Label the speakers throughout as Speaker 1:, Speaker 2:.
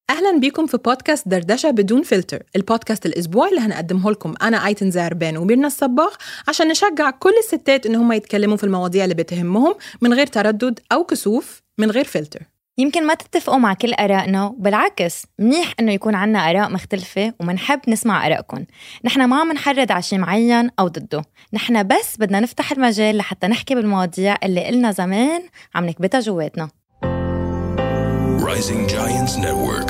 Speaker 1: أهلا بيكم في بودكاست دردشة بدون فلتر، البودكاست الأسبوعي اللي هنقدمه لكم أنا أيتن زعربان وميرنا الصباغ عشان نشجع كل الستات إن هم يتكلموا في المواضيع اللي بتهمهم من غير تردد أو كسوف، من غير فلتر.
Speaker 2: يمكن ما تتفقوا مع كل آرائنا، بالعكس منيح إنه يكون عنا آراء مختلفة ومنحب نسمع آرائكم. نحن ما منحرض على شيء معين أو ضده، نحن بس بدنا نفتح المجال لحتى نحكي بالمواضيع اللي قلنا زمان عم نكبتها جواتنا.
Speaker 3: Rising Giants Network.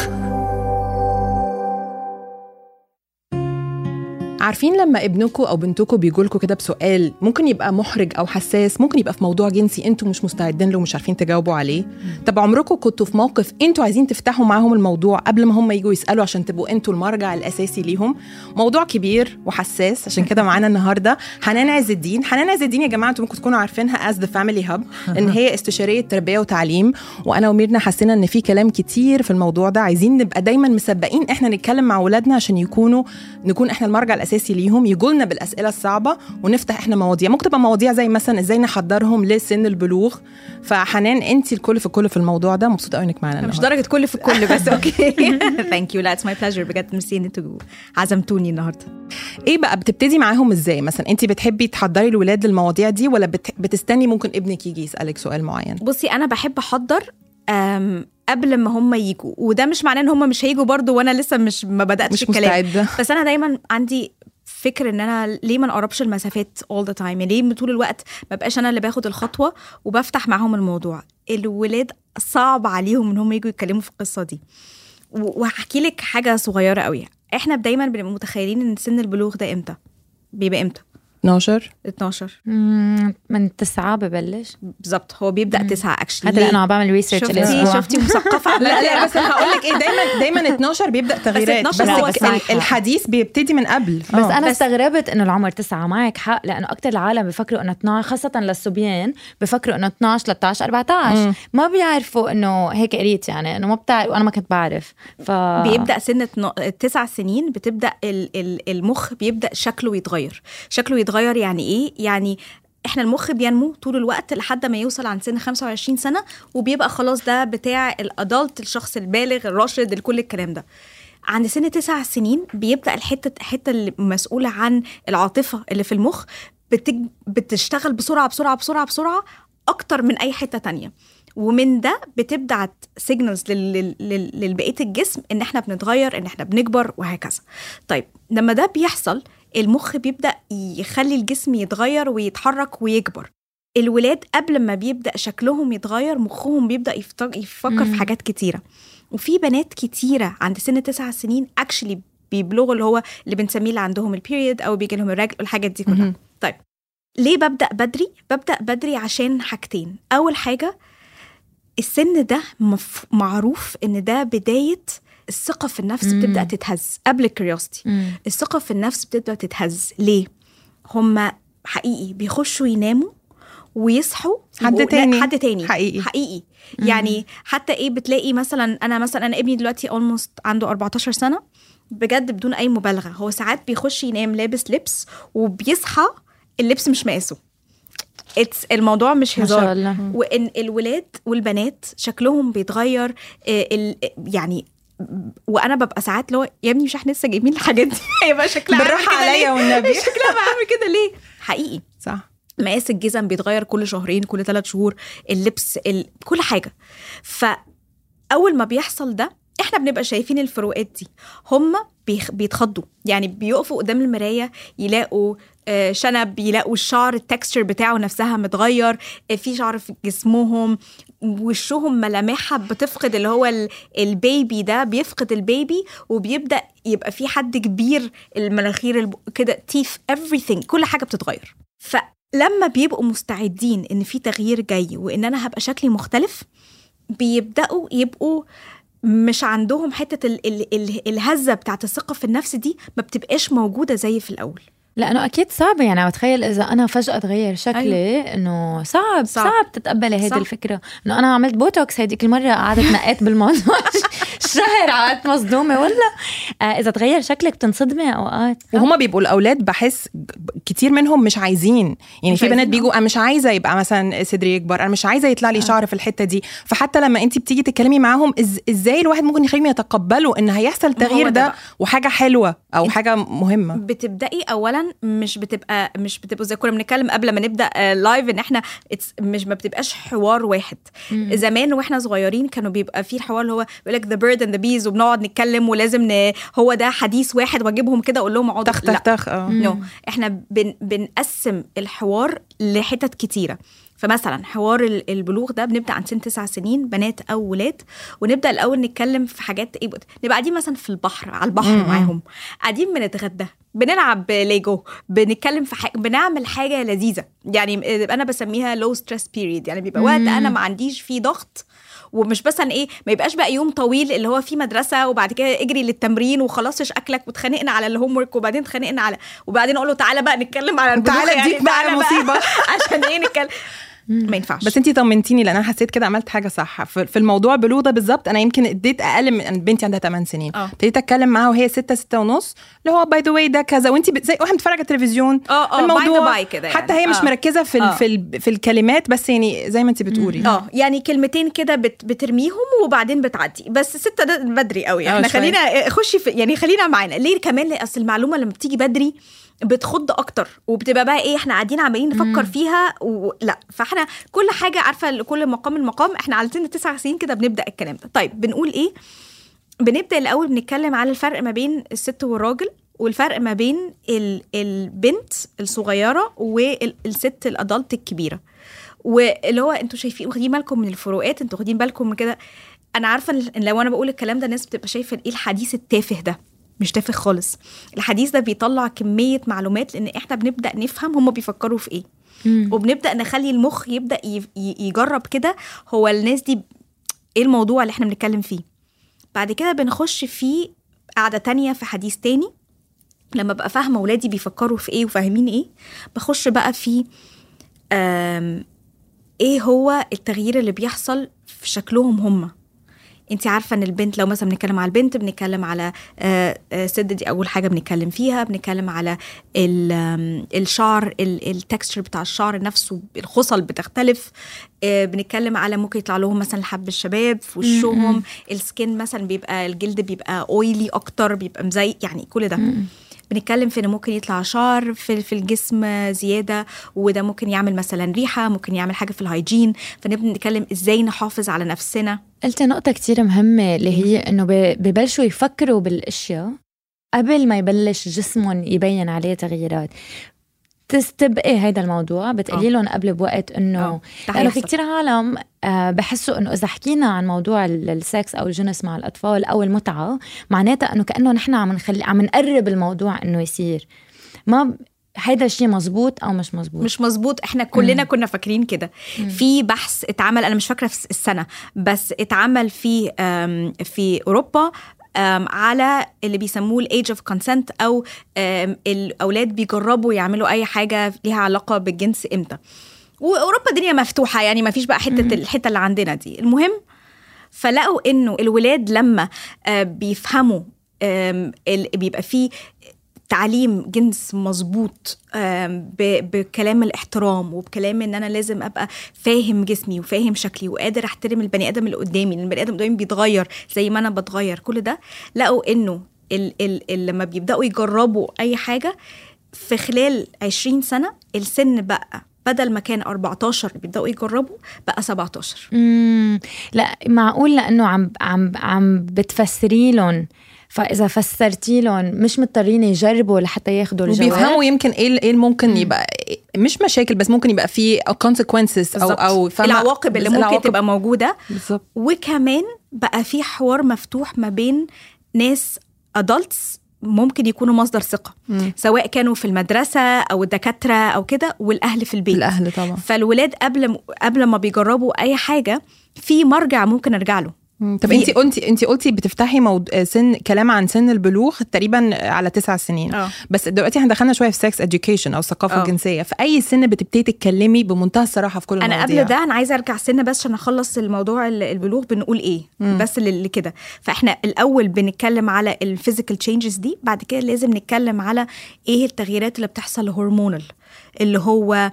Speaker 1: عارفين لما ابنكم أو بنتكم بيقولكوا كده بسؤال ممكن يبقى محرج أو حساس، ممكن يبقى في موضوع جنسي انتوا مش مستعدين له ومش عارفين تجاوبوا عليه؟ طب عمركم كنتوا في موقف انتوا عايزين تفتحوا معاهم الموضوع قبل ما هم يجوا يسألوا عشان تبقوا انتوا المرجع الأساسي ليهم؟ موضوع كبير وحساس، عشان كده معانا النهاردة حنان عز الدين. حنان عز الدين يا جماعة انتوا ممكن تكونوا عارفينها as the family hub، ان هي استشارية تربية وتعليم. وانا وميرنا حسينا ان في كلام كتير في الموضوع ده، عايزين نبقى دايما مسبقين احنا نتكلم مع اولادنا عشان نكون احنا المرجع الأساسي ليهم، يقولنا بالأسئلة الصعبة ونفتح احنا مواضيع. ممكن تبقى مواضيع زي مثلا ازاي نحضرهم لسن البلوغ. فحنان انت الكل في الكل في الموضوع ده، مبسوطة قوي انك معانا.
Speaker 4: مش درجة كل في الكل بس اوكي. ثانك يو، لا اتس ماي بليجر بجد، ميرسي ان انتوا عزمتوني النهارده.
Speaker 1: ايه بقى بتبتدي معاهم ازاي؟ مثلا انت بتحبي تحضري الولاد للمواضيع دي ولا بتستني ممكن ابنك يجي يسألك سؤال معين؟
Speaker 4: بصي انا بحب احضر قبل ما هم يجوا، وده مش معناه ان هم مش هيجوا برضو وانا لسه ما بدأتش الكلام، بس انا دايما عندي فكر ان انا ليه ما نقربش المسافات all the time، ليه طول الوقت ما بقاش انا اللي باخد الخطوة وبفتح معهم الموضوع. الولاد صعب عليهم ان هم يجوا يتكلموا في القصة دي. وهحكي لك حاجة صغيرة قوي. احنا دايما بنبقى متخيلين ان سن البلوغ ده امتى بيبقى؟ امتى؟ 12
Speaker 2: من 9 ببلش
Speaker 4: بالظبط. هو بيبدأ 9 actually.
Speaker 2: هذا انا عم بعمل ريسيرش الاسبوع.
Speaker 4: شفتي مثقفة.
Speaker 1: لا بس هقول لك ايه، دايما 12 بيبدأ تغييرات، بس الحديث بيبتدي من قبل.
Speaker 2: بس انا استغربت انه العمر 9. معك حق، لانه اكتر العالم بفكروا انه 12، خاصة للصبيان بفكروا انه 12 13 14 ما بيعرفوا انه هيك قريت، يعني انه ما بتعرف، وانا ما كنت بعرف.
Speaker 4: بيبدأ سن 9 سنين بتبدأ المخ بيبدأ شكله يتغير. يعني ايه؟ يعني احنا المخ بينمو طول الوقت لحد ما يوصل عند سن 25 سنة وبيبقى خلاص ده بتاع الادلت، الشخص البالغ الراشد، كل الكلام ده. عند سن 9 سنين بيبدأ الحتة اللي مسؤولة عن العاطفة اللي في المخ بتشتغل بسرعة اكتر من اي حتة تانية، ومن ده بتبدأ سيجنالز للبقية الجسم ان احنا بنتغير، ان احنا بنكبر وهكذا. طيب لما ده بيحصل المخ بيبدأ يخلي الجسم يتغير ويتحرك ويكبر. الولاد قبل ما بيبدأ شكلهم يتغير مخهم بيبدأ يفكر في حاجات كتيرة. وفي بنات كتيرة عند سن 9 سنين actually بيبلغوا اللي هو اللي بنسميه اللي عندهم البيريود أو بيجي لهم الرجل والحاجات دي كلها. طيب ليه ببدأ بدري؟ عشان حاجتين. أول حاجة، السن ده معروف إن ده بداية الثقة في النفس بتبدأ تتهز قبل الكريوستي. الثقة في النفس بتبدأ تتهز. ليه؟ هم حقيقي بيخشوا يناموا ويصحوا
Speaker 1: حد تاني
Speaker 4: حقيقي. يعني حتى ايه، بتلاقي مثلا انا ابني دلوقتي almost عنده 14 سنة بجد بدون اي مبالغة. هو ساعات بيخش ينام لابس لبس وبيصحى اللبس مش مقاسه. الموضوع مش هزار. وان الولاد والبنات شكلهم بيتغير يعني. وانا ببقى ساعات لو يا ابني مش احنا لسه جايبين الحاجات دي، هيبقى شكلها
Speaker 1: بالراحه عليا والنبي،
Speaker 4: شكلها بعمل كده ليه؟ حقيقي
Speaker 1: صح.
Speaker 4: مقاس الجزم بيتغير كل شهرين، كل 3 شهور، اللبس كل حاجه. فاول ما بيحصل ده احنا بنبقى شايفين الفروقات دي. هم بيتخضوا، يعني بيقفوا قدام المرايه يلاقوا شنب، يلاقوا الشعر التكستشر بتاعه نفسها متغير، في شعر في جسمهم، وشهم ملامحها بتفقد اللي هو البيبي ده بيفقد البيبي، وبيبدأ يبقى في حد كبير، المناخير كده، تيف، everything، كل حاجة بتتغير. فلما بيبقوا مستعدين ان في تغيير جاي وان انا هبقى شكلي مختلف، بيبدأوا يبقوا مش عندهم حتة الهزة بتاعت الثقة في النفس دي، ما بتبقاش موجودة زي في الأول.
Speaker 2: لأنه أكيد صعبة. يعني بتخيل إذا أنا فجأة أتغير شكلي، أيوة. إنه صعب تتقبل هذه الفكرة. إنه أنا عملت بوتوكس هيديك المرة، قعدت نقيت بالموضوع شهر، قعدت مصدومة ولا اذا تغير شكلك بتنصدمي اوقات.
Speaker 1: وهما بيبقوا الاولاد بحس كتير منهم مش عايزين، يعني في بنات بيجوا انا مش عايزه يبقى مثلا صدري يكبر، انا مش عايزه يطلع لي شعر في الحته دي. فحتى لما انت بتيجي تتكلمي معاهم ازاي الواحد ممكن يخليهم يتقبلوا ان هيحصل تغيير ده وحاجه حلوه او حاجه مهمه.
Speaker 4: بتبدأي اولا مش بتبقوا زي كنا بنتكلم قبل ما نبدا لايف ان احنا مش ما بتبقاش حوار واحد. زمان واحنا صغيرين كانوا بيبقى في الحوار اللي هو بيقول لك the bird and the bees وبنقعد نتكلم ولازم هو ده حديث واحد واجيبهم كده اقول لهم اقعدوا.
Speaker 1: تخ
Speaker 4: احنا بنقسم الحوار لحتت كتيره. فمثلا حوار البلوغ ده بنبدا عن سن 9 سنين بنات او ولاد، ونبدا الاول نتكلم في حاجات ايه. نبقى قاعدين مثلا في البحر على البحر معاهم، قاعدين بنتغدى، بنلعب ليجو، بنتكلم في حاجه، بنعمل حاجه لذيذه. يعني انا بسميها low stress period، يعني بيبقى وقت انا ما عنديش فيه ضغط، ومش مثلا ايه ما يبقاش بقى يوم طويل اللي هو فيه مدرسه وبعد كده اجري للتمرين وخلصش اكلك وتخانقنا على الهوم ورك وبعدين اتخانقنا على وبعدين اقول له تعالى بقى نتكلم على البلوغ،
Speaker 1: تعالى اديك
Speaker 4: يعني
Speaker 1: بقى مصيبه
Speaker 4: عشان ايه نتكلم. ما ينفعش.
Speaker 1: بس انتي طمنتيني لان انا حسيت كده عملت حاجه صح في الموضوع بلوغ ده بالظبط. انا يمكن اديت اقل من بنتي عندها 8 سنين، ابتديت اتكلم معاها وهي 6 ونص اللي هو باي ذا واي ده كذا، وانتي زي واحد بتتفرج على التلفزيون الموضوع
Speaker 4: كده
Speaker 1: حتى هي مش مركزه في الكلمات، بس يعني زي ما انتي بتقولي
Speaker 4: يعني كلمتين كده بترميهم وبعدين بتعدي. بس 6 ده بدري قوي. احنا خلينا خشي يعني خلينا معانا ليه كمان، اصل المعلومه لما بتيجي بدري بتخض اكتر وبتبقى بقى ايه احنا قاعدين عمالين نفكر فيها لا. فاحنا كل حاجه عارفه كل مقام احنا على سن 9 سنين كده بنبدا الكلام ده. طيب بنقول ايه؟ بنبدا الاول بنتكلم على الفرق ما بين الست والراجل، والفرق ما بين البنت الصغيره والست الادلت الكبيره، واللي هو انتوا شايفين واخدين بالكم من الفروقات، انتوا واخدين بالكم من كده. انا عارفه ان لو انا بقول الكلام ده الناس بتبقى شايفه ايه الحديث التافه ده. مش تافه خالص. الحديث ده بيطلع كمية معلومات لأن إحنا بنبدأ نفهم هم بيفكروا في إيه، وبنبدأ نخلي المخ يبدأ يجرب كده هو الناس دي إيه الموضوع اللي إحنا بنتكلم فيه. بعد كده بنخش في قعدة تانية في حديث تاني. لما بقى فاهمة ولادي بيفكروا في إيه وفاهمين إيه، بخش بقى في إيه هو التغيير اللي بيحصل في شكلهم هم. انت عارفه ان البنت لو مثلا بنتكلم على البنت بنتكلم على سد دي اول حاجه بنتكلم فيها، بنتكلم على الشعر، التكستشر بتاع الشعر نفسه، الخصل بتختلف. بنتكلم على ممكن يطلع لهم مثلا حب الشباب في وشهم، السكين مثلا بيبقى الجلد بيبقى اويلي اكتر، بيبقى مزي يعني كل ده. بنتكلم في انه ممكن يطلع شعر في الجسم زياده، وده ممكن يعمل مثلا ريحه، ممكن يعمل حاجه في الهايجين. فنبدا نتكلم ازاي نحافظ على نفسنا.
Speaker 2: قلت نقطه كتير مهمه اللي هي انه ببلشوا يفكروا بالاشياء قبل ما يبلش جسمهم يبين عليه تغييرات. تستبقي هيدا الموضوع بتقولي لهم قبل بوقت انه لانه في كتير عالم بحسوا انه اذا حكينا عن موضوع السكس او الجنس مع الاطفال او المتعه معناتها انه كانه نحن عم نقرب الموضوع انه يصير. ما هيدا الشيء مزبوط او مش مزبوط؟
Speaker 4: مش مزبوط. احنا كلنا كنا فاكرين كده. في بحث اتعمل انا مش فاكره في السنه بس اتعمل في اوروبا على اللي بيسموه الage of consent أو الأولاد بيجربوا يعملوا أي حاجة ليها علاقة بالجنس إمتى. وأوروبا دنيا مفتوحة يعني ما فيش بقى الحتة اللي عندنا دي. المهم فلقوا إنه الولاد لما بيفهموا بيبقى فيه تعليم جنس مظبوط بكلام الاحترام وبكلام ان انا لازم ابقى فاهم جسمي وفاهم شكلي وقادر احترم البني ادم اللي قدامي، لان البني ادم قدامي بيتغير زي ما انا بتغير. كل ده لقوا انه لما بيبداوا يجربوا اي حاجه في خلال 20 سنه السن بقى بدل ما كان 14 بيبداوا يجربوا بقى 17.
Speaker 2: لا معقول لانه عم بتفسري لهم، فإذا فسرتي لهم مش مضطرين يجربوا لحتى ياخدوا الجواب
Speaker 1: وبيفهموا يمكن ايه ممكن يبقى مش مشاكل بس ممكن يبقى فيه consequences او
Speaker 4: العواقب اللي ممكن تبقى موجودة
Speaker 1: بالزبط.
Speaker 4: وكمان بقى في حوار مفتوح ما بين ناس adults ممكن يكونوا مصدر ثقة سواء كانوا في المدرسة أو الدكاترة أو كده، والأهل في البيت.
Speaker 1: الأهل طبعا.
Speaker 4: فالولاد قبل ما بيجربوا أي حاجة في مرجع ممكن أرجع له.
Speaker 1: طب انت قلتي بتفتحي كلام عن سن البلوغ تقريبا على 9 سنين. بس دلوقتي احنا دخلنا شويه في سكس اديوكيشن او الثقافه الجنسيه. في اي سن بتبتدي تتكلمي بمنتهى الصراحه في كل المواضيع؟
Speaker 4: انا قبل ده انا عايزه ارجع سن بس عشان اخلص الموضوع البلوغ بنقول ايه بس اللي كده. فاحنا الاول بنتكلم على الفيزيكال تشينجز دي، بعد كده لازم نتكلم على ايه التغييرات اللي بتحصل هرمونال اللي هو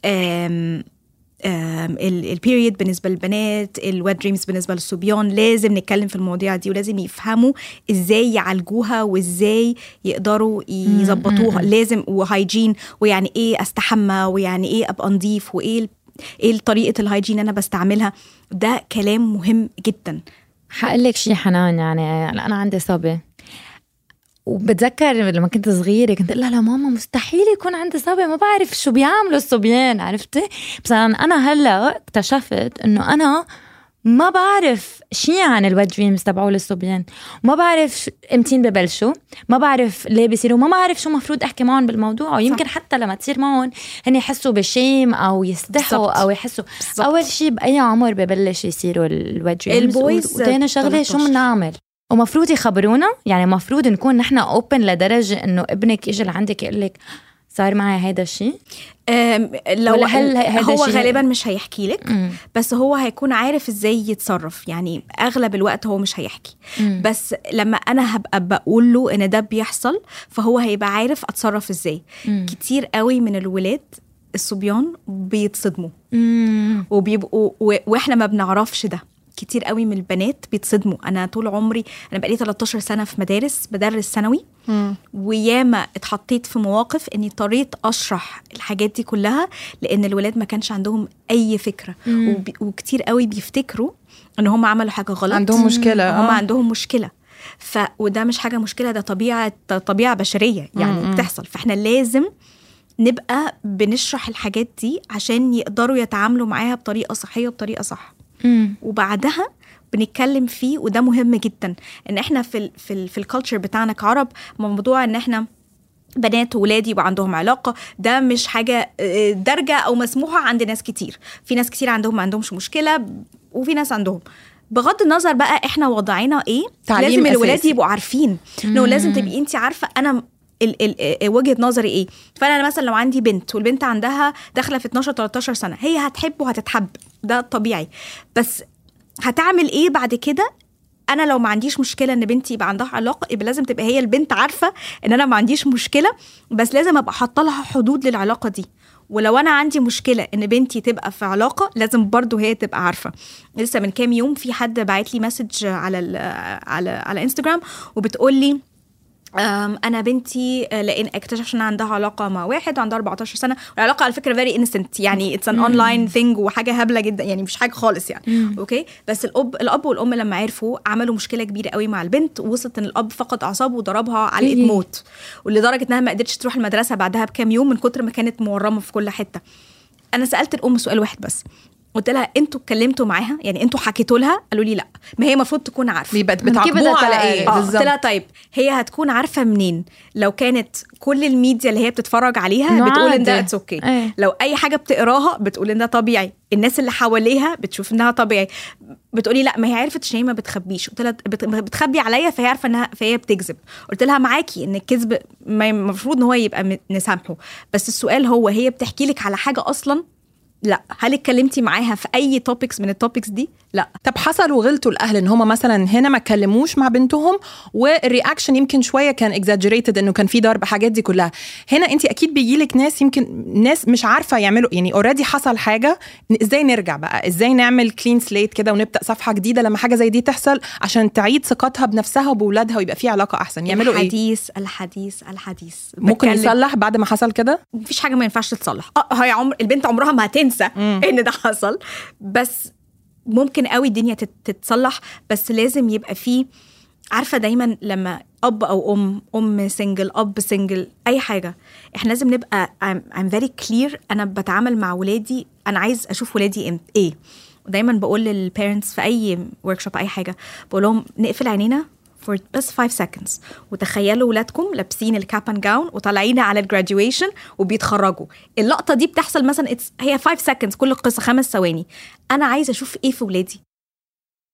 Speaker 4: البيريد بالنسبه للبنات، الواد دريمز بالنسبه للصبيان. لازم نتكلم في المواضيع دي ولازم يفهموا ازاي يعالجوها وازاي يقدروا يظبطوها. لازم وهايجين، ويعني ايه استحمى، ويعني ايه ابقى نظيف، وايه طريقه الهايجين انا بستعملها. ده كلام مهم جدا.
Speaker 2: هقولك شي حنان، يعني انا عندي صبي وبتذكر لما كنت صغيرة كنت أقول لها ماما مستحيل يكون عندي صبي، ما بعرف شو بيعملوا الصبيان، عرفتي؟ بس أنا هلأ اكتشفت إنه أنا ما بعرف شيء عن الواد دريمز تبعوا للصبيان، ما بعرف امتين ببلشوا، ما بعرف ليه بيصيروا، ما بعرف شو مفروض أحكي معهم بالموضوع. ويمكن حتى لما تصير معهم هن يحسوا بالشيم أو يستحوا أو يحسوا. أول شيء بأي عمر ببلش يصيروا الواد دريمز؟ وتاني شغلة شو منعمل؟ ومفروض يخبرونا، يعني مفروض نكون نحن اوبن لدرجة انه ابنك يجي لعندك يقولك صار معي هيدا الشيء.
Speaker 4: لو هو غالبا مش هيحكي لك، بس هو هيكون عارف ازاي يتصرف. يعني اغلب الوقت هو مش هيحكي، بس لما انا هبقى بقول له ان ده بيحصل فهو هيبقى عارف اتصرف ازاي. كتير قوي من الولاد الصبيان بيتصدموا وبيبقوا واحنا ما بنعرفش ده. كتير قوي من البنات بيتصدموا. انا طول عمري انا بقالي 13 سنه في مدارس بدرس ثانوي، وياما اتحطيت في مواقف اني اضطريت اشرح الحاجات دي كلها لان الولاد ما كانش عندهم اي فكره. وكتير قوي بيفتكروا ان هم عملوا حاجه غلط،
Speaker 1: عندهم مشكله،
Speaker 4: هم عندهم مشكله. وده مش حاجه مشكله، ده طبيعه بشريه يعني بتحصل. فاحنا لازم نبقى بنشرح الحاجات دي عشان يقدروا يتعاملوا معاها بطريقه صحيه وبطريقه صح. وبعدها بنتكلم فيه. وده مهم جدا ان احنا في الكالتشر بتاعنا كعرب، موضوع ان احنا بنات وولادي يبقى عندهم علاقه ده مش حاجه دارجه او مسموحه عند ناس كتير. في ناس كتير عندهم ما عندهمش مشكله، وفي ناس عندهم. بغض النظر بقى احنا وضعنا ايه، لازم الولاد يبقوا عارفين انه لازم تبقي انت عارفه انا وجهة نظري ايه. فانا مثلا لو عندي بنت والبنت عندها داخله في 12-13 سنه، هي هتحب وهتتحب، ده طبيعي. بس هتعمل ايه بعد كده؟ انا لو ما عنديش مشكله ان بنتي يبقى عندها علاقه، يبقى لازم تبقى هي البنت عارفه ان انا ما عنديش مشكله، بس لازم ابقى حاطه لها حدود للعلاقه دي. ولو انا عندي مشكله ان بنتي تبقى في علاقه، لازم برضو هي تبقى عارفه. لسه من كام يوم في حد باعت لي مسج على انستغرام وبتقول لي انا بنتي لان اكتشفت ان عندها علاقه مع واحد وعندها 14 سنه، والعلاقه على فكره فيري انسنت، يعني اتس ان اونلاين ثينج وحاجه هبله جدا، يعني مش حاجه خالص يعني. اوكي، بس الاب والام لما عرفوا عملوا مشكله كبيره قوي مع البنت، وصلت ان الاب فقد اعصابه وضربها علقه موت، ولدرجه انها ما قدرتش تروح المدرسه بعدها بكام يوم من كتر ما كانت مورمه في كل حته. انا سالت الام سؤال واحد بس، قلت لها انتوا اتكلمتوا معاها؟ يعني انتوا حكيتوا لها؟ قالوا لي لا. ما هي المفروض تكون عارفه.
Speaker 1: بتعاقبوها على ايه بالظبط؟
Speaker 4: قلت لها طيب هي هتكون عارفه منين؟ لو كانت كل الميديا اللي هي بتتفرج عليها بتقول ان ده اتس اوكي، لو اي حاجه بتقراها بتقول ان ده طبيعي، الناس اللي حواليها بتشوف انها طبيعي. بتقولي لا ما هي عرفت عشان هي ما بتخبيش. قلت لها بتخبي عليا فهي عارفه انها فهي بتكذب. قلت لها معاكي ان الكذب المفروض ان هو يبقى نسامحه، بس السؤال هو هي بتحكي لك على حاجه اصلا؟ لا. هل اتكلمتي معاها في اي توبكس من التوبكس دي؟ لا.
Speaker 1: طب حصل وغلطوا الاهل ان هم مثلا هنا ما اتكلموش مع بنتهم، والرياكشن يمكن شويه كان اكزاجريتد، انه كان في ضرب، حاجات دي كلها. هنا انت اكيد بيجيلك ناس، يمكن ناس مش عارفه يعملوا، يعني اوريدي حصل حاجه، ازاي نرجع بقى، ازاي نعمل كلين سليت كده ونبدا صفحه جديده لما حاجه زي دي تحصل، عشان تعيد ثقتها بنفسها وبولادها ويبقى في علاقه احسن. يعملوا
Speaker 4: الحديث
Speaker 1: ممكن يصلح بعد ما حصل كده؟
Speaker 4: مفيش حاجه ما ينفعش تتصلح. هي البنت عمرها ما هتنسى ان ده حصل، بس ممكن قوي الدنيا تتصلح. بس لازم يبقى فيه، عارفه دايما لما اب او ام سنجل، اب سنجل، اي حاجه، احنا لازم نبقى I'm very clear. انا بتعامل مع ولادي، انا عايز اشوف ولادي ايه. ودايما بقول للبيرنتس في اي وركشوب اي حاجه، بقول لهم نقفل عينينا for بس 5 seconds وتخيلوا ولادكم لابسين الكاب اند جاون وطالعين على الجراديويشن وبيتخرجوا. اللقطه دي بتحصل مثلا هي 5 seconds، كل القصه 5 ثواني. انا عايزه اشوف ايه في ولادي.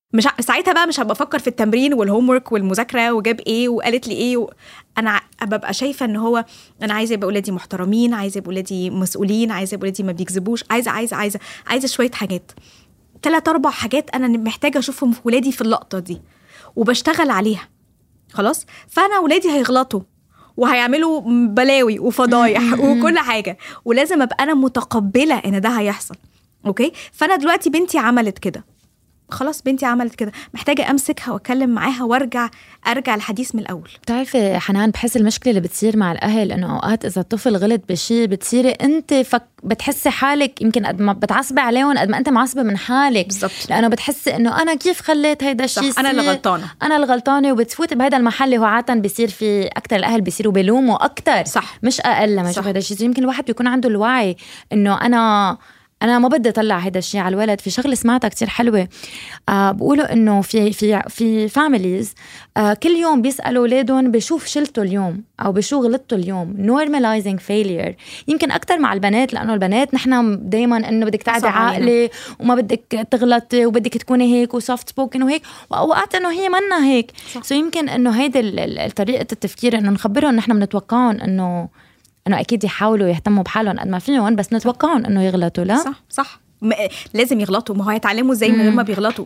Speaker 4: مش ساعتها بقى مش هبقى افكر في التمرين والهوم ورك والمذاكره وجاب ايه وقالت لي ايه انا ببقى شايفه ان هو انا عايزه يبقى ولادي محترمين، عايزه يبقى ولادي مسؤولين، عايزه يبقى ولادي ما بيكذبوش، عايزه شويه حاجات، 3-4 حاجات انا محتاجه اشوفهم في ولادي في اللقطه دي وبشتغل عليها. خلاص، فانا ولادي هيغلطوا وهيعملوا بلاوي وفضايح وكل حاجه، ولازم ابقى انا متقبله ان ده هيحصل. اوكي، فانا دلوقتي بنتي عملت كده، خلاص بنتي عملت كده، محتاجة أمسكها وأتكلم معاها أرجع الحديث من الأول.
Speaker 2: بتعرفي حنان، بحس المشكلة اللي بتصير مع الأهل إنه أوقات إذا الطفل غلط بشيء بتصيري أنت بتحسي حالك يمكن قد ما بتعصبي عليهم قد ما أنت معصبة من حالك.
Speaker 4: بالزبط.
Speaker 2: لأنه بتحسي إنه أنا كيف خليت هيدا الشيء،
Speaker 4: أنا الغلطانة،
Speaker 2: وبتفوت بهذا المحل. هو عادة بيصير في أكتر الأهل بيصيروا بيلوموا أكتر،
Speaker 4: صح،
Speaker 2: مش أقل لما يشوف هذا الشيء. يمكن الواحد بيكون عنده الوعي إنه أنا ما بدي أطلع هيدا الشيء على الولد. في شغلة سمعتها كتير حلوة، بقولوا إنه في فاميليز كل يوم بيسألوا أولادهم بشوف شلتوا اليوم أو بشو غلطتوا اليوم، normalizing failure. يمكن أكتر مع البنات، لأنه البنات نحن دايما إنه بدك تعدي عقلي وما بدك تغلطي وبدك تكوني هيك وسوفت سبوكن وهيك، وأوقات إنه هي منا هيك. يمكن إنه هيدا طريقة التفكير إنه نخبرهم نحن بنتوقعهم إنه أكيد يحاولوا يهتموا بحالهم قد ما فيهم، بس نتوقعهم إنه يغلطوا. لا
Speaker 4: صح لازم يغلطوا، ما هو هيتعلموا زي ما هم بيغلطوا.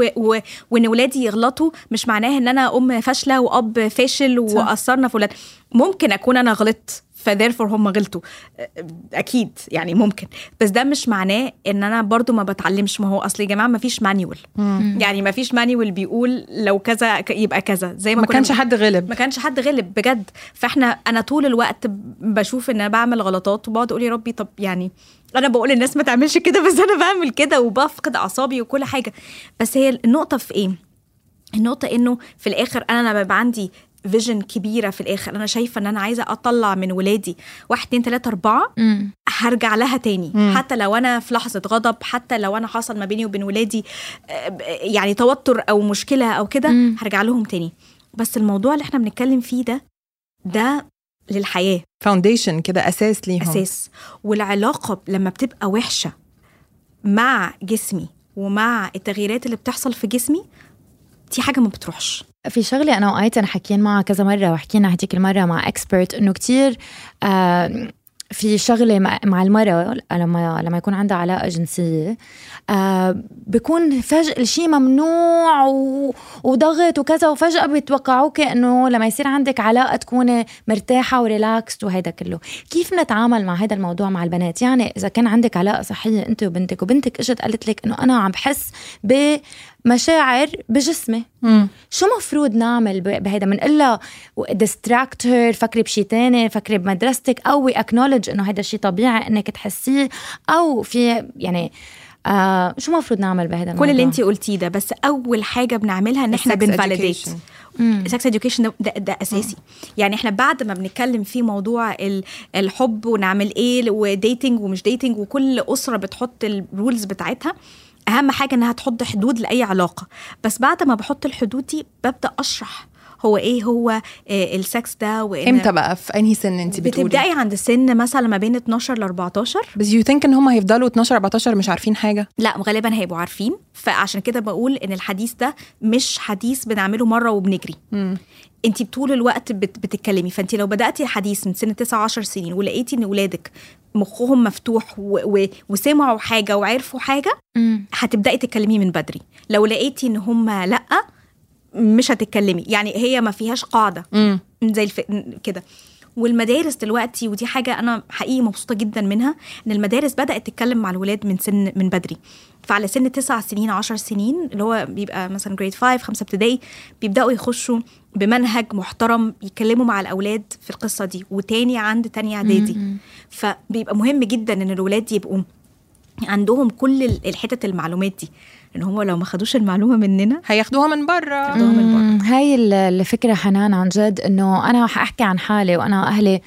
Speaker 4: وإن ولادي يغلطوا مش معناه إن أنا أم فاشلة وأب فاشل وأثرنا في ولاد. ممكن أكون أنا غلطت فtherefore هم غلطوا، أكيد يعني ممكن، بس ده مش معناه إن أنا برضو ما بتعلمش. ما هو أصل يا جماعة ما فيش مانيول، يعني ما فيش مانيول بيقول لو كذا يبقى كذا، زي ما
Speaker 1: كانش حد غلب،
Speaker 4: ما كانش حد غلب بجد. أنا طول الوقت بشوف إن أنا بعمل غلطات وبقعد أقول يا ربي طب يعني أنا بقول الناس ما تعملش كده بس أنا بعمل كده وبفقد أعصابي وكل حاجة. بس هي النقطة في إيه؟ النقطة إنه في الآخر أنا لما بيبقى عندي فيجن كبيرة، في الآخر أنا شايفة أن أنا عايزة أطلع من ولادي 1 2 3 4 هرجع لها تاني. حتى لو أنا في لحظة غضب، حتى لو أنا حصل ما بيني وبين ولادي يعني توتر أو مشكلة أو كده، هرجع لهم تاني. بس الموضوع اللي احنا بنتكلم فيه ده للحياة،
Speaker 1: فاونديشن كده، أساس ليهم،
Speaker 4: أساس. والعلاقة لما بتبقى وحشة مع جسمي ومع التغييرات اللي بتحصل في جسمي، دي حاجة ما بتروحش.
Speaker 2: في شغلة أنا وآيتن حكينا معها كذا مرة، وحكينا هديك المرة مع إكسبرت، إنه كتير في شغلة مع المرأة لما يكون عندها علاقة جنسية، بيكون فجأة الشيء ممنوع وضغط وكذا، وفجأة بيتوقعوك إنه لما يصير عندك علاقة تكوني مرتاحة وريلاكست وهيدا كله. كيف نتعامل مع هذا الموضوع مع البنات؟ يعني إذا كان عندك علاقة صحية أنت وبنتك إجت قالت لك إنه أنا عم بحس بمشاعر بجسمي، شو مفروض نعمل بهيدا؟ منقلها distract her، فكري بشي تاني، فكري بمدرستك، أو acknowledge إنه هيدا الشيء طبيعي إنك تحسيه، أو في يعني شو مفروض نعمل بهذا الموضوع؟
Speaker 4: كل اللي انتي قلتيه ده، بس أول حاجة بنعملها إن إحنا بنفاليديت. sex education ده أساسي. يعني إحنا بعد ما بنتكلم في موضوع الحب ونعمل إيه وديتنج ومش ديتنج، وكل أسرة بتحط الرولز بتاعتها، أهم حاجة إنها تحط حدود لأي علاقة. بس بعد ما بحط الحدود دي ببدأ أشرح هو إيه هو السكس ده،
Speaker 1: إمتى بقى في أنهي سن أنت بتقولي؟
Speaker 4: بتبدأي عند سن مثلا ما بين 12 ل 14.
Speaker 1: بس you think إن هم هيفضلوا 12-14 مش عارفين حاجة؟
Speaker 4: لا، غالبا هيبقوا عارفين. فعشان كده بقول إن الحديث ده مش حديث بنعمله مرة وبنجري. انتي طول الوقت بتتكلمي. فانتي لو بدأتي الحديث من سن 9-10 سنين ولقيتي ان ولادك مخهم مفتوح وسمعوا حاجة وعرفوا حاجة، هتبدأي تتكلمي من بدري. لو لقيتي ان هم لأ، مش هتتكلمي. يعني هي ما فيهاش قاعدة زي كده. والمدارس دلوقتي، ودي حاجة أنا حقيقي مبسوطة جدا منها، إن المدارس بدأت تتكلم مع الولاد من بدري. فعلى سن 9 سنين 10 سنين اللي هو بيبقى مثلا جريد 5 ابتدائي، بيبدأوا يخشوا بمنهج محترم يتكلموا مع الأولاد في القصة دي، وتاني عند تاني إعدادي. فبيبقى مهم جدا إن الولاد يبقوا عندهم كل الحتة المعلومات دي، إن هم لو ما خدوش المعلومة مننا
Speaker 1: هياخدوها من برا.
Speaker 2: هاي الفكرة حنان عن جد. إنه أنا حأحكي عن حالي، وأنا أهلي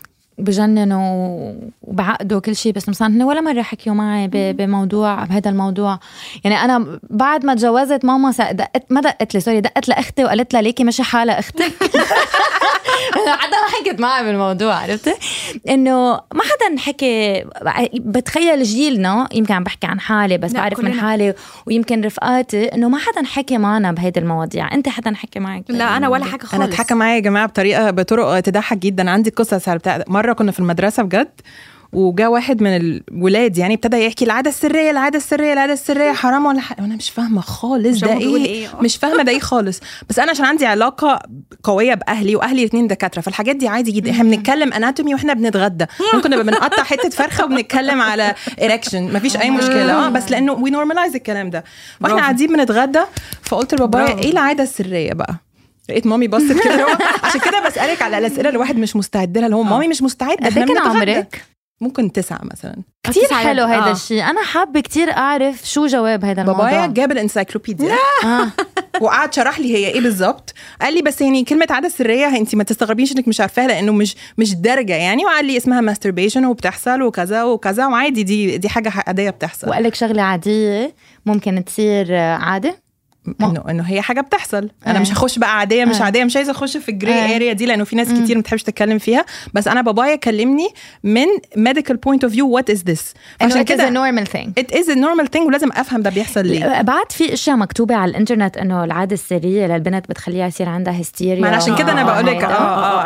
Speaker 2: بجننوا وبعقدوا كل شيء، بس مثلا ولا مرة حكيوا معي بهذا الموضوع. يعني أنا بعد ما تجوزت ماما دقت لأختي وقالت لها ليكي ماشي حالة أختك حتى ما حكيت معي بالموضوع، عرفتي انه ما حدا حكي. بتخيل جيلنا، يمكن عم بحكي عن حالي بس بعرف من حالي ويمكن رفقاتي، انه ما حدا حكي معنا بهيدي المواضيع. انت حدا حكي معك؟
Speaker 4: لا انا ولا حاجه خالص.
Speaker 1: انا اتحكى معايا يا جماعه بطرق تضحك جدا. عندي قصه بتاع مره كنا في المدرسه بجد، وجا واحد من الولاد يعني ابتدى يحكي العاده السريه حرام ولا وانا مش فاهمه خالص ده ايه. مش فاهمه ده ايه خالص. بس انا عشان عندي علاقه قويه باهلي، واهلي 2 دكاتره، فالحاجات دي عادي جدا. احنا بنتكلم اناتومي واحنا بنتغدى، ممكن نبقى بنقطع حته فرخه وبنتكلم على إريكشن، مفيش اي مشكله. بس لانه وي نورماليز الكلام ده، واحنا قاعدين بنتغدى. فقلت لبابايا ايه العاده السريه بقى؟ لقيت مامي بصت كده. عشان كده بسالك على الاسئله اللي الواحد مش مستعد لها، اللي هو مامي مش مستعده.
Speaker 2: احنا كان عمرك
Speaker 1: ممكن 9 مثلا.
Speaker 2: كتير حلو هيدا الشيء. أنا حابة كتير أعرف شو جواب هيدا الموضوع.
Speaker 1: بابايا جاب الانسايكلوبيديا وقعد شرح لي هي ايه بالظبط. قال لي بس يعني كلمة عادة سرية انت ما تستغربيش انك مش عارفاها، لانه مش درجة يعني. وقال لي اسمها ماستربيشن وبتحصل وكذا وكذا، وعادي دي حاجة عادية بتحصل.
Speaker 2: وقال لك شغلة عادية ممكن تصير عادة،
Speaker 1: انه هي حاجه بتحصل. انا مش هخش بقى عاديه مش عاديه، مش عايزه اخش في الجري اريا دي، لانه في ناس كتير ما بتحبش تتكلم فيها. بس انا بابايا كلمني من medical point of view what is this،
Speaker 2: عشان كده normal thing
Speaker 1: it is a normal thing، ولازم افهم ده بيحصل ليه.
Speaker 2: بعد في اشياء مكتوبه على الانترنت انه العاده السريه للبنت بتخليها يصير عندها هستيريا.
Speaker 1: ما عشان كده انا بقول لك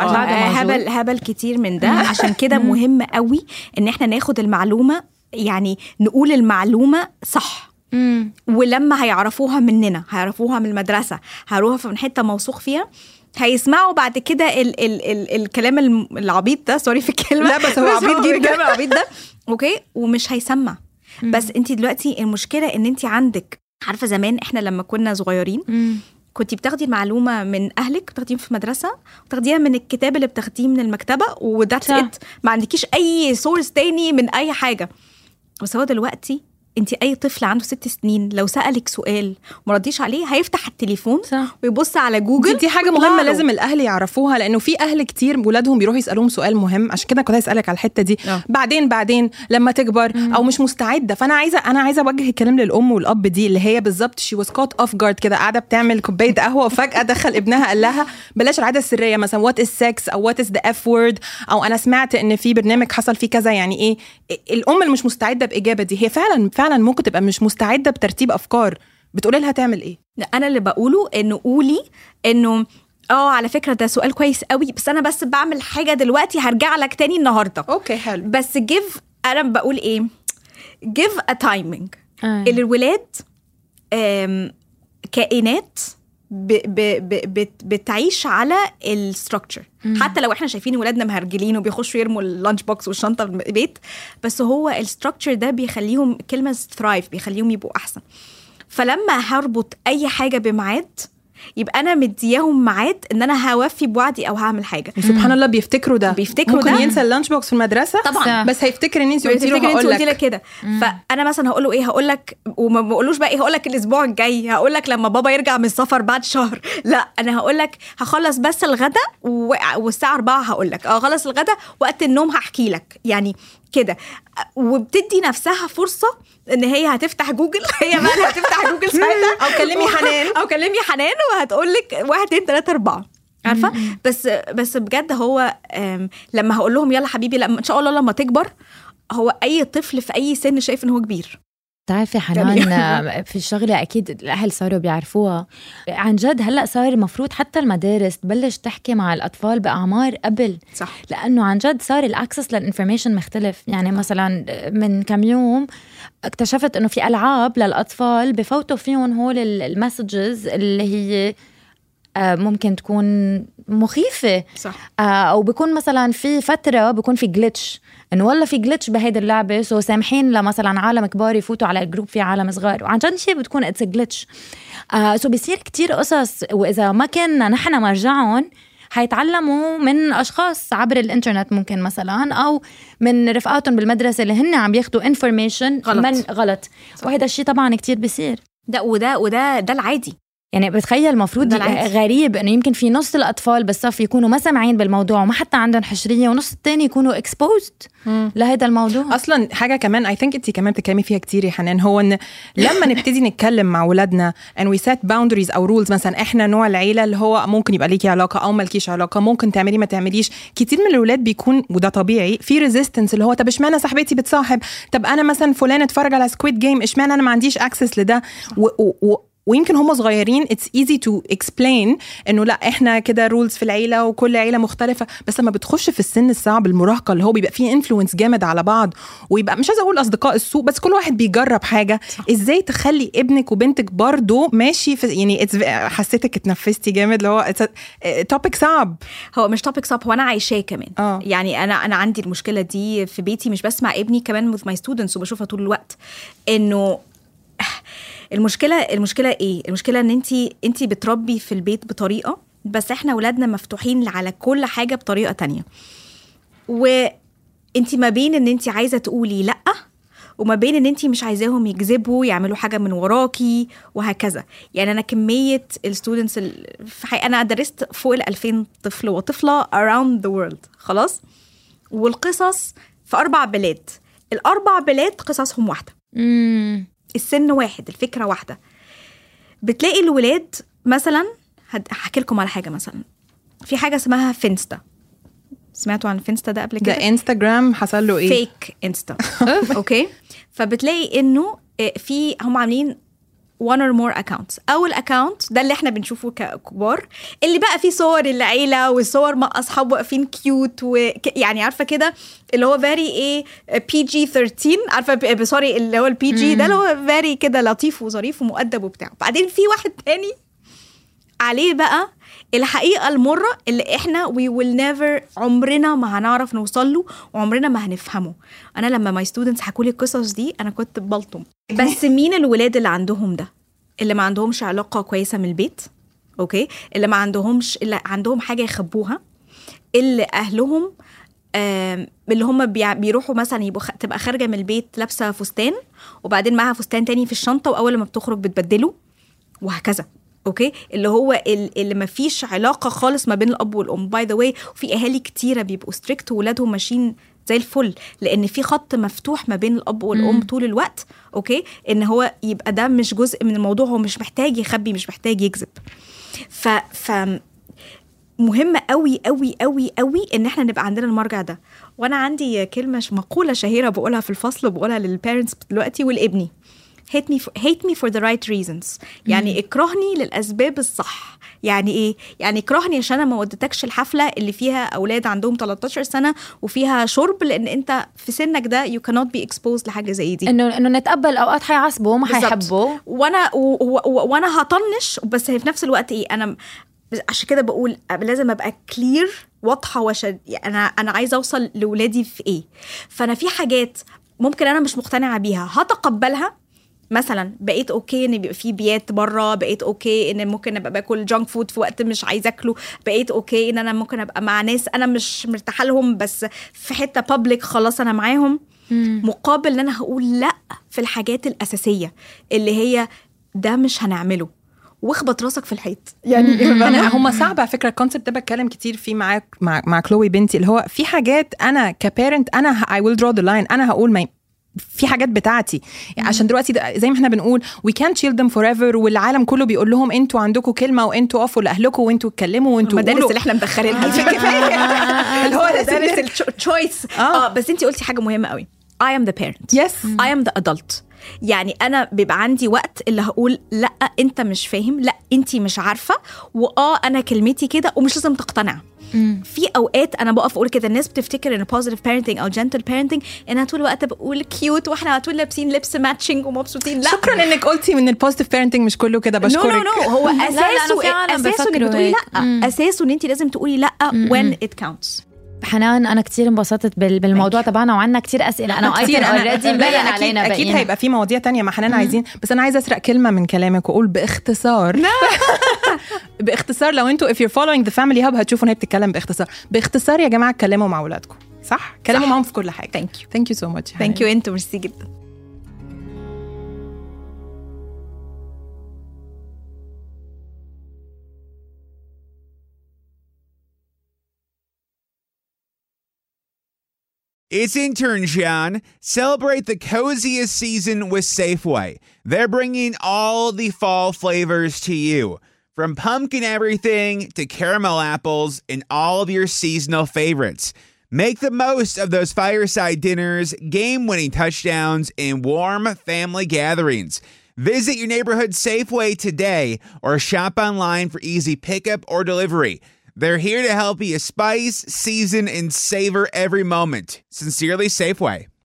Speaker 4: هبل كتير من ده. عشان كده مهم قوي ان احنا ناخد المعلومه، يعني نقول المعلومه صح. ولما هيعرفوها مننا، هيعرفوها من المدرسة، هيعرفوها من حتة موثوق فيها، هيسمعوا بعد كده الكلام العبيط ده، سوري في الكلمة،
Speaker 1: لا بس هو عبيط جدا
Speaker 4: الكلام العبيط ده اوكي، ومش هيسمع. بس انت دلوقتي المشكلة ان انت عندك، عارفة زمان احنا لما كنا صغيرين كنتي بتاخدي المعلومة من أهلك، بتاخديها في المدرسة، وتاخديها من الكتاب اللي بتاخديه من المكتبة، وذاتس ات. ما عندكيش أي سورس تاني من أي حاجة. بس هو دلوقتي انت اي طفل عنده 6 سنين لو سألك سؤال وما رديش عليه، هيفتح التليفون ويبص على جوجل.
Speaker 1: دي حاجه مهمه لازم الاهل يعرفوها، لانه في اهل كتير ولادهم بيروحوا يسالوهم سؤال مهم. عشان كده كنت هسالك على الحته دي. بعدين لما تكبر او مش مستعده. فانا عايزه اوجه الكلام للام والاب دي، اللي هي بالظبط شي واز كوت اوف جارد كده، قاعده بتعمل كوبايه قهوه وفجاه دخل ابنها قال لها بلاش العاده السريه، مثلا وات از سكس او وات از ذا اف وورد، او انا سمعت ان في برنامج حصل فيه كذا. يعني ايه الام اللي مش مستعده باجابه دي؟ هي فعلا ممكن تبقى مش مستعده بترتيب افكار. بتقولي لها تعمل ايه؟
Speaker 4: انا اللي بقوله انه قولي انه على فكره ده سؤال كويس قوي، بس انا بس بعمل حاجه دلوقتي، هرجع لك تاني النهارده.
Speaker 1: اوكي حلو.
Speaker 4: بس انا بقول ايه، give a timing. الولاد كائنات بتعيش على الستراكتشر. حتى لو احنا شايفين ولادنا مهرجلين وبيخشوا يرموا اللانش بوكس والشنطه في البيت، بس هو الستراكشر ده بيخليهم كلمه ثرايف، بيخليهم يبقوا احسن. فلما هربط اي حاجه بميعاد، يبقى انا مدياهم ميعاد ان انا هوفي بوعدي او هعمل حاجه.
Speaker 1: سبحان الله بيفتكروا ده.
Speaker 4: ممكن
Speaker 1: ينسى اللانش بوكس في المدرسه
Speaker 4: طبعا،
Speaker 1: بس هيفتكر ان انت قلتي له هقول لك
Speaker 4: كده. فانا مثلا هقول له ايه، هقول لك، وما بقولوش بقى ايه، هقول لك الاسبوع الجاي، هقول لك لما بابا يرجع من السفر بعد شهر. لا، انا هقول لك هخلص بس الغدا والساعه 4 هقول لك اخلص الغدا، وقت النوم هحكي لك، يعني كده. وبتدي نفسها فرصه ان هي هتفتح جوجل. هي بقى هتفتح جوجل ساعتها، او كلمي حنان وهتقول لك 1 2 3 4. عارفه؟ بس بجد هو لما هقول لهم يلا حبيبي، لما ان شاء الله لما تكبر، هو اي طفل في اي سن شايف ان هو كبير.
Speaker 2: تعرفي حنان، في الشغلة أكيد الأهل صاروا بيعرفوها عن جد. هلأ صار المفروض حتى المدارس تبلش تحكي مع الأطفال بأعمار قبل.
Speaker 4: صح.
Speaker 2: لأنه عن جد صار الأكسس للإنفورميشن مختلف. يعني مثلا من كم يوم اكتشفت أنه في ألعاب للأطفال بفوتوا فيهم هول المسجز اللي هي ممكن تكون مخيفة.
Speaker 4: صح.
Speaker 2: أو بيكون مثلا في فترة بيكون في جليتش، إنه والله في جليتش بهيدا اللعبة، سو سامحين لمثلا عالم كبار يفوتوا على الجروب في عالم صغار، وعن جد شيء بتكون اتس جليتش. سو بيصير كتير قصص، وإذا ما كنا نحن مرجعهم هيتعلموا من أشخاص عبر الإنترنت ممكن مثلا، أو من رفقاتهم بالمدرسة اللي هن عم ياخدوا information غلط. وهذا الشيء طبعا كتير بيصير.
Speaker 4: وده العادي.
Speaker 2: يعني بتخيل المفروض غريب انه يمكن في نص الاطفال بالصف يكونوا ما سامعين بالموضوع وما حتى عندهم حشريه، ونص الثاني يكونوا exposed لهذا الموضوع.
Speaker 1: اصلا حاجه كمان I think انتي كمان بتتكلمي فيها كتير يا حنان، هو ان لما نبتدي نتكلم مع ولادنا and we set boundaries او rules، مثلا احنا نوع العيله اللي هو ممكن يبقى ليكي علاقه او مالكيش علاقه، ممكن تعملي ما تعمليش، كتير من الولاد بيكون وده طبيعي في resistance اللي هو طب اشمعنى صاحبتي بتصاحب، طب انا مثلا فلان اتفرج على سكويد جيم اشمعنى انا ما عنديش access لده، ويمكن هم صغيرين it's easy to explain انه لا احنا كده رولز في العيله وكل عيله مختلفه، بس لما بتخش في السن الصعب المراهقه اللي هو بيبقى فيه انفلونس جامد على بعض، ويبقى مش عايزه اقول اصدقاء السوء بس كل واحد بيجرب حاجه، ازاي تخلي ابنك وبنتك برضو ماشي في يعني حسيتك اتنفستي جامد اللي هو توبيك صعب.
Speaker 4: هو مش توبيك صعب، هو انا عايشاه كمان. يعني انا عندي المشكله دي في بيتي، مش بس مع ابني، كمان with my students، وبشوفها طول الوقت. انه المشكله ايه؟ المشكله ان انت بتربي في البيت بطريقه، بس احنا ولادنا مفتوحين على كل حاجه بطريقه تانية، وانت ما بين ان انت عايزه تقولي لا وما بين ان انت مش عايزاهم يكذبوا يعملوا حاجه من وراكي وهكذا. يعني انا كميه الستودنتس انا درست فوق 2000 طفل وطفله around the world خلاص، والقصص في 4 بلاد، ال4 بلاد قصصهم واحده، السن واحد، الفكرة واحدة. بتلاقي الولاد مثلا، هحكي لكم على حاجة، مثلا في حاجة اسمها فينستا، سمعتوا عن فينستا ده قبل كده؟
Speaker 1: ده انستغرام حصل له ايه؟
Speaker 4: فيك انستا. اوكي، فبتلاقي انه في هم عاملين one or more accounts. أول account ده اللي احنا بنشوفه ككبار، اللي بقى فيه صور العيلة والصور مع أصحاب واقفين كيوت يعني عارفة كده اللي هو very PG-13، عارفة سوري اللي هو الPG ده اللي هو very كده لطيف وظريف ومؤدب وبتاع. بعدين في واحد تاني عليه بقى الحقيقة المرة اللي احنا we will never عمرنا ما هنعرف نوصله وعمرنا ما هنفهمه. أنا لما my students حكولي القصص دي أنا كنت ببلطم. بس مين الولاد اللي عندهم ده؟ اللي ما عندهمش علاقة كويسة من البيت، أوكي، اللي ما عندهمش، اللي عندهم حاجة يخبوها، اللي أهلهم اللي هم بيروحوا مثلا تبقى خارجة من البيت لابسة فستان وبعدين معها فستان تاني في الشنطة وأول ما بتخرج بتبدله وهكذا. اوكي، اللي هو اللي ما فيش علاقه خالص ما بين الاب والام. باي ذا واي، وفي اهالي كتيره بيبقوا ستريكت وولادهم ماشيين زي الفل لان في خط مفتوح ما بين الاب والام طول الوقت. اوكي، ان هو يبقى ده مش جزء من الموضوع، هو مش محتاج يخبي، مش محتاج يكذب. ف مهمة قوي قوي قوي قوي ان احنا نبقى عندنا المرجع ده. وانا عندي مقولة شهيرة بقولها في الفصل وبقولها للبارنتس دلوقتي ولابني: hate me for the right reasons. يعني اكرهني للأسباب الصح. يعني ايه؟ يعني اكرهني عشان انا ما ودتكش الحفلة اللي فيها اولاد عندهم 13 سنة وفيها شرب، لان انت في سنك ده you cannot be exposed لحاجة زي دي.
Speaker 2: انه نتقبل اوقات حيعصبوا وما حيحبوا،
Speaker 4: وانا هطنش، بس في نفس الوقت ايه، انا عشان كده بقول لازم ابقى كلير واضحة انا عايزة اوصل لولادي في ايه. فانا في حاجات ممكن انا مش مقتنعة بيها هتقبلها. مثلا بقيت اوكي ان يبقى في بيات بره، بقيت اوكي ان ممكن ابقى باكل جانك فود في وقت مش عايزه اكله، بقيت اوكي ان انا ممكن ابقى مع ناس انا مش مرتاحه لهم بس في حته بابليك خلاص انا معاهم، مقابل ان انا هقول لا في الحاجات الاساسيه اللي هي ده مش هنعمله، واخبط راسك في الحيط. يعني
Speaker 1: هم صعب على فكره الكونسبت ده، بتكلم كتير فيه مع كلوي بنتي، اللي هو في حاجات انا كبارنت انا I will draw the line، انا هقول في حاجات بتاعتي عشان دلوقتي زي ما احنا بنقول we can't shield them forever، والعالم كله بيقول لهم انتوا عندكم كلمه وانتوا قفوا لاهلكم وانتوا اتكلموا وانتوا
Speaker 4: المدارس اللي احنا مدخلينها اللي هو مدارس التشويس. بس انتي قلتي حاجه مهمه قوي، I am the parent.
Speaker 1: Yes.
Speaker 4: I am the adult. يعني أنا بيبقى عندي وقت اللي هقول لأ أنت مش فاهم، لأ أنتي مش عارفة، أنا كلمتي كده ومش لازم تقتنع. في أوقات أنا بقف أقول كده، الناس بتفتكر إن positive parenting أو gentle parenting إن طول الوقت بقول كيوت وإحنا طول لابسين لبس ماتشنج ومبسوطين. لا،
Speaker 1: شكرا إنك قلتي من البوزيتيف parenting مش كله كده، بشكرك.
Speaker 4: no. هو أساسه إنك بتقولي لأ، أساسه إن أنتي لازم تقولي لأ when it counts.
Speaker 2: حنان أنا كتير انبسطت بالموضوع تبعنا، وعنا كتير أسئلة أنا وأيتن أوريدي مبين علينا.
Speaker 1: أكيد هيبقى في مواضيع تانية مع حنان عايزين، بس أنا عايزة أسرق كلمة من كلامك وأقول باختصار. باختصار، لو أنتوا if you're following the family hub هتشوفوا إن هي بتتكلم باختصار يا جماعة. اتكلموا مع أولادكم، صح؟ اتكلموا معهم في كل حاجة. Thank you so much.
Speaker 4: Thank you. أنتوا ميرسي جدا.
Speaker 3: It's intern John. Celebrate the coziest season with Safeway. They're bringing all the fall flavors to you. From pumpkin everything to caramel apples and all of your seasonal favorites. Make the most of those fireside dinners, game-winning touchdowns, and warm family gatherings. Visit your neighborhood Safeway today or shop online for easy pickup or delivery. They're here to help you spice, season, and savor every moment. Sincerely, Safeway.